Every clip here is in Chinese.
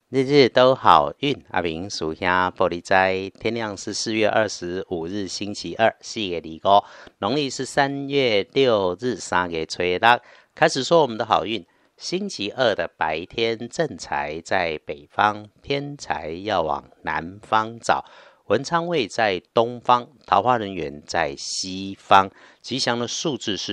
日日都好运，阿明属下玻璃斋。天亮是4月25日星期二，4月25，农历是3月6日，3月初六。开始说我们的好运。星期二的白天，正财在北方，偏财要往南方找。文昌位在东方，桃花人缘在西方。吉祥的数字是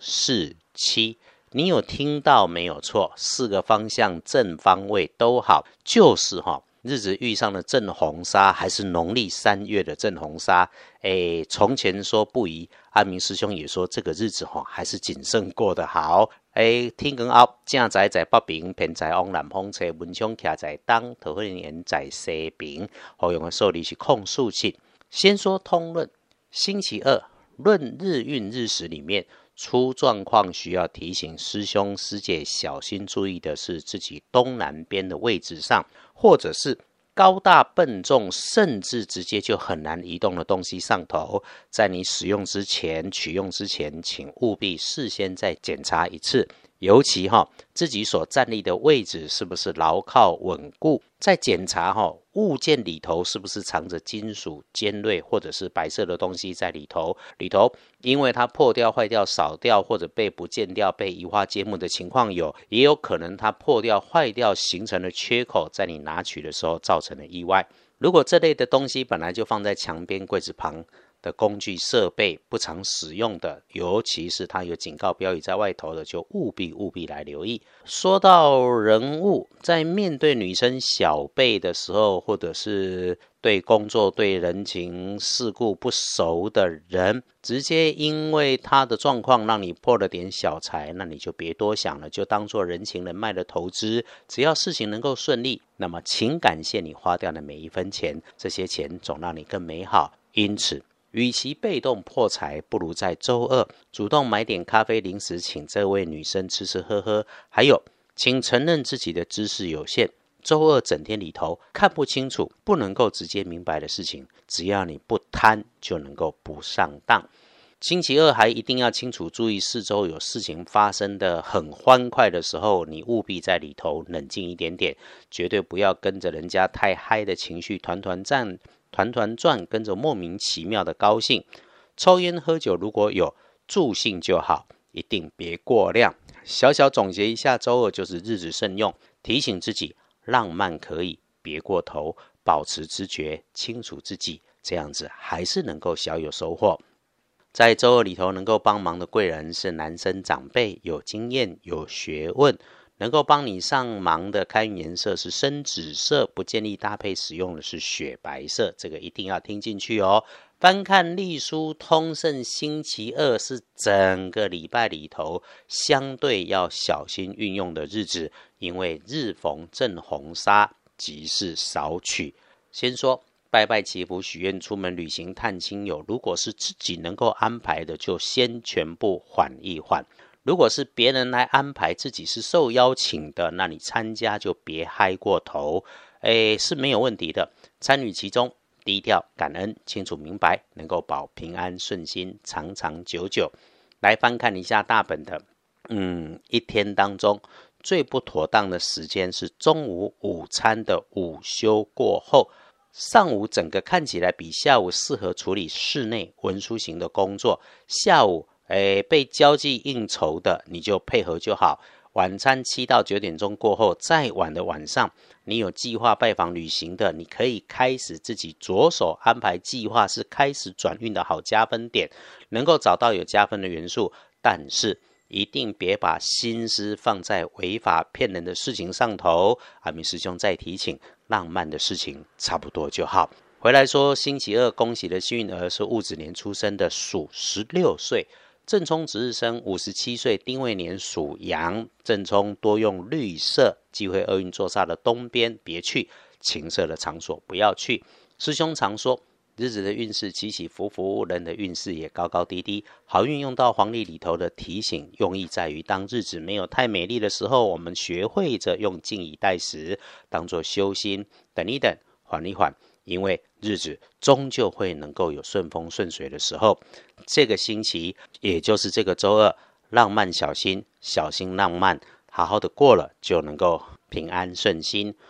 0、4、7。你有听到没有错，4个方向正方位都好，就是日子遇上了正红砂，还是农历3月的正红砂。从前说不宜，阿明师兄也说这个日子还是谨慎过得好。天光后，正财在北边，偏财往南方吹，文昌徛在东，桃花人在西边。好用的数字是空数7。先说通论，星期二论日运日时里面，出状况需要提醒师兄师姐小心注意的是自己东南边的位置上，或者是高大笨重甚至直接就很难移动的东西上头，在你使用之前取用之前，请务必事先再检查一次，尤其自己所站立的位置是不是牢靠稳固，再检查物件里头是不是藏着金属尖锐或者是白色的东西在里头因为它破掉坏掉少掉或者被不见掉被移花接木的情况有，也有可能它破掉坏掉形成了缺口，在你拿取的时候造成了意外。如果这类的东西本来就放在墙边柜子旁的工具设备不常使用的，尤其是它有警告标语在外头的，就务必来留意。说到人物，在面对女生小辈的时候，或者是对工作对人情世故不熟的人，直接因为他的状况让你破了点小财，那你就别多想了，就当做人情人脉的投资，只要事情能够顺利，那么请感谢你花掉的每一分钱，这些钱总让你更美好。因此与其被动破财，不如在周二主动买点咖啡零食请这位女生吃吃喝喝。还有，请承认自己的知识有限，周二整天里头看不清楚不能够直接明白的事情，只要你不贪就能够不上当。星期二还一定要清楚注意四周有事情发生的很欢快的时候，你务必在里头冷静一点点，绝对不要跟着人家太嗨的情绪团团转，跟着莫名其妙的高兴。抽烟喝酒如果有，助兴就好，一定别过量。小小总结一下，周二就是日子慎用，提醒自己浪漫可以，别过头，保持知觉，清楚自己，这样子还是能够小有收获。在周二里头能够帮忙的贵人是男生长辈，有经验有学问，能够帮你上忙的开运颜色是深紫色，不建议搭配使用的是雪白色，这个一定要听进去哦。翻看历书通胜，星期二是整个礼拜里头相对要小心运用的日子，因为日逢正红砂，即是少取。先说拜拜祈福许愿出门旅行探亲友，如果是自己能够安排的，就先全部缓一缓。如果是别人来安排，自己是受邀请的，那你参加就别嗨过头，是没有问题的。参与其中，低调感恩，清楚明白，能够保平安顺心，长长久久。来翻看一下大本的，一天当中最不妥当的时间是中午午餐的午休过后。上午整个看起来比下午适合处理室内文书型的工作，下午被交际应酬的你就配合就好。晚餐7到9点钟过后，再晚的晚上，你有计划拜访旅行的，你可以开始自己着手安排计划，是开始转运的好加分点，能够找到有加分的元素，但是一定别把心思放在违法骗人的事情上头。阿明师兄再提醒，浪漫的事情差不多就好。回来说星期二恭喜的幸运儿是戊子年出生的，属16岁，正冲值日生57岁，丁未年属羊，正冲多用绿色，忌讳厄运坐煞的东边别去，情色的场所不要去。师兄常说日子的运势起起伏伏，人的运势也高高低低。好运用到黄历里头的提醒，用意在于当日子没有太美丽的时候，我们学会着用静以待时，当作修心，等一等，缓一缓，因为日子终究会能够有顺风顺水的时候。这个星期，也就是这个周二，浪漫小心，小心浪漫，好好的过了，就能够平安顺心。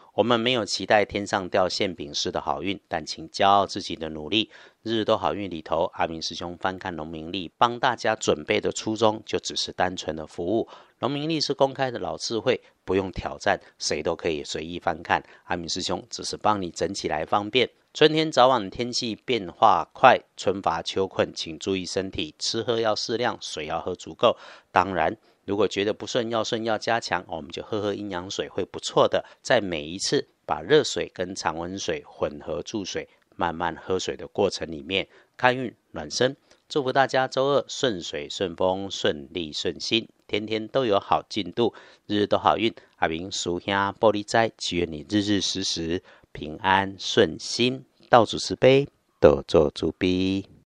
我们没有期待天上掉馅饼式的好运，但请骄傲自己的努力。日日都好运里头，阿明师兄翻看农民历，帮大家准备的初衷就只是单纯的服务。农民历是公开的老智慧，不用挑战，谁都可以随意翻看。阿明师兄只是帮你整起来方便。春天早晚天气变化快，春乏秋困，请注意身体，吃喝要适量，水要喝足够。当然如果觉得不顺要加强，我们就喝阴阳水会不错的。在每一次把热水跟常温水混合注水，慢慢喝水的过程里面，开运暖身。祝福大家周二顺水顺风，顺利顺心，天天都有好进度，日日都好运。阿明叔兄玻璃斋，祈愿你日日时时平安顺心，道主慈悲，多做主逼。